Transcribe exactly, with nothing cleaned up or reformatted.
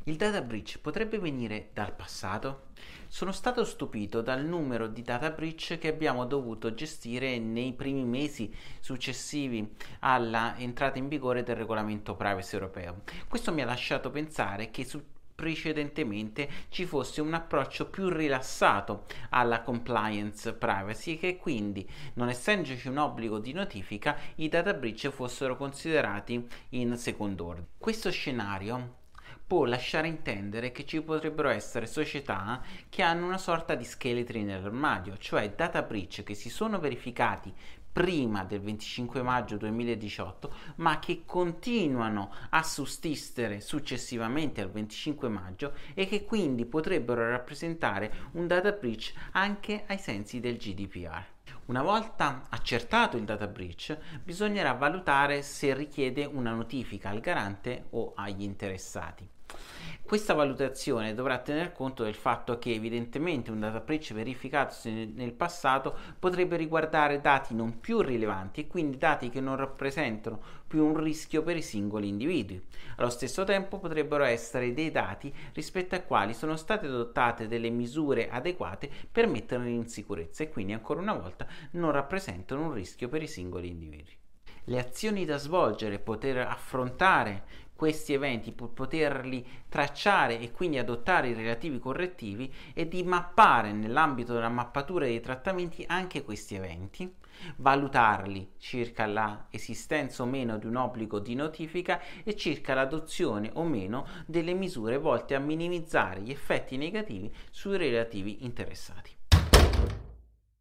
Il data breach potrebbe venire dal passato? Sono stato stupito dal numero di data breach che abbiamo dovuto gestire nei primi mesi successivi alla entrata in vigore del regolamento privacy europeo. Questo mi ha lasciato pensare che su precedentemente ci fosse un approccio più rilassato alla compliance privacy e che quindi, non essendoci un obbligo di notifica, i data breach fossero considerati in secondo ordine. Questo scenario può lasciare intendere che ci potrebbero essere società che hanno una sorta di scheletri nell'armadio, cioè data breach che si sono verificati prima del venticinque maggio duemiladiciotto, ma che continuano a sussistere successivamente al venticinque maggio e che quindi potrebbero rappresentare un data breach anche ai sensi del G D P R. Una volta accertato il data breach, bisognerà valutare se richiede una notifica al garante o agli interessati. Questa valutazione dovrà tener conto del fatto che evidentemente un data breach verificatosi nel passato potrebbe riguardare dati non più rilevanti e quindi dati che non rappresentano più un rischio per i singoli individui. Allo stesso tempo potrebbero essere dei dati rispetto ai quali sono state adottate delle misure adeguate per metterli in sicurezza e quindi ancora una volta non rappresentano un rischio per i singoli individui. Le azioni da svolgere, poter affrontare questi eventi, poterli tracciare e quindi adottare i relativi correttivi e di mappare nell'ambito della mappatura dei trattamenti anche questi eventi, valutarli circa la esistenza o meno di un obbligo di notifica e circa l'adozione o meno delle misure volte a minimizzare gli effetti negativi sui relativi interessati.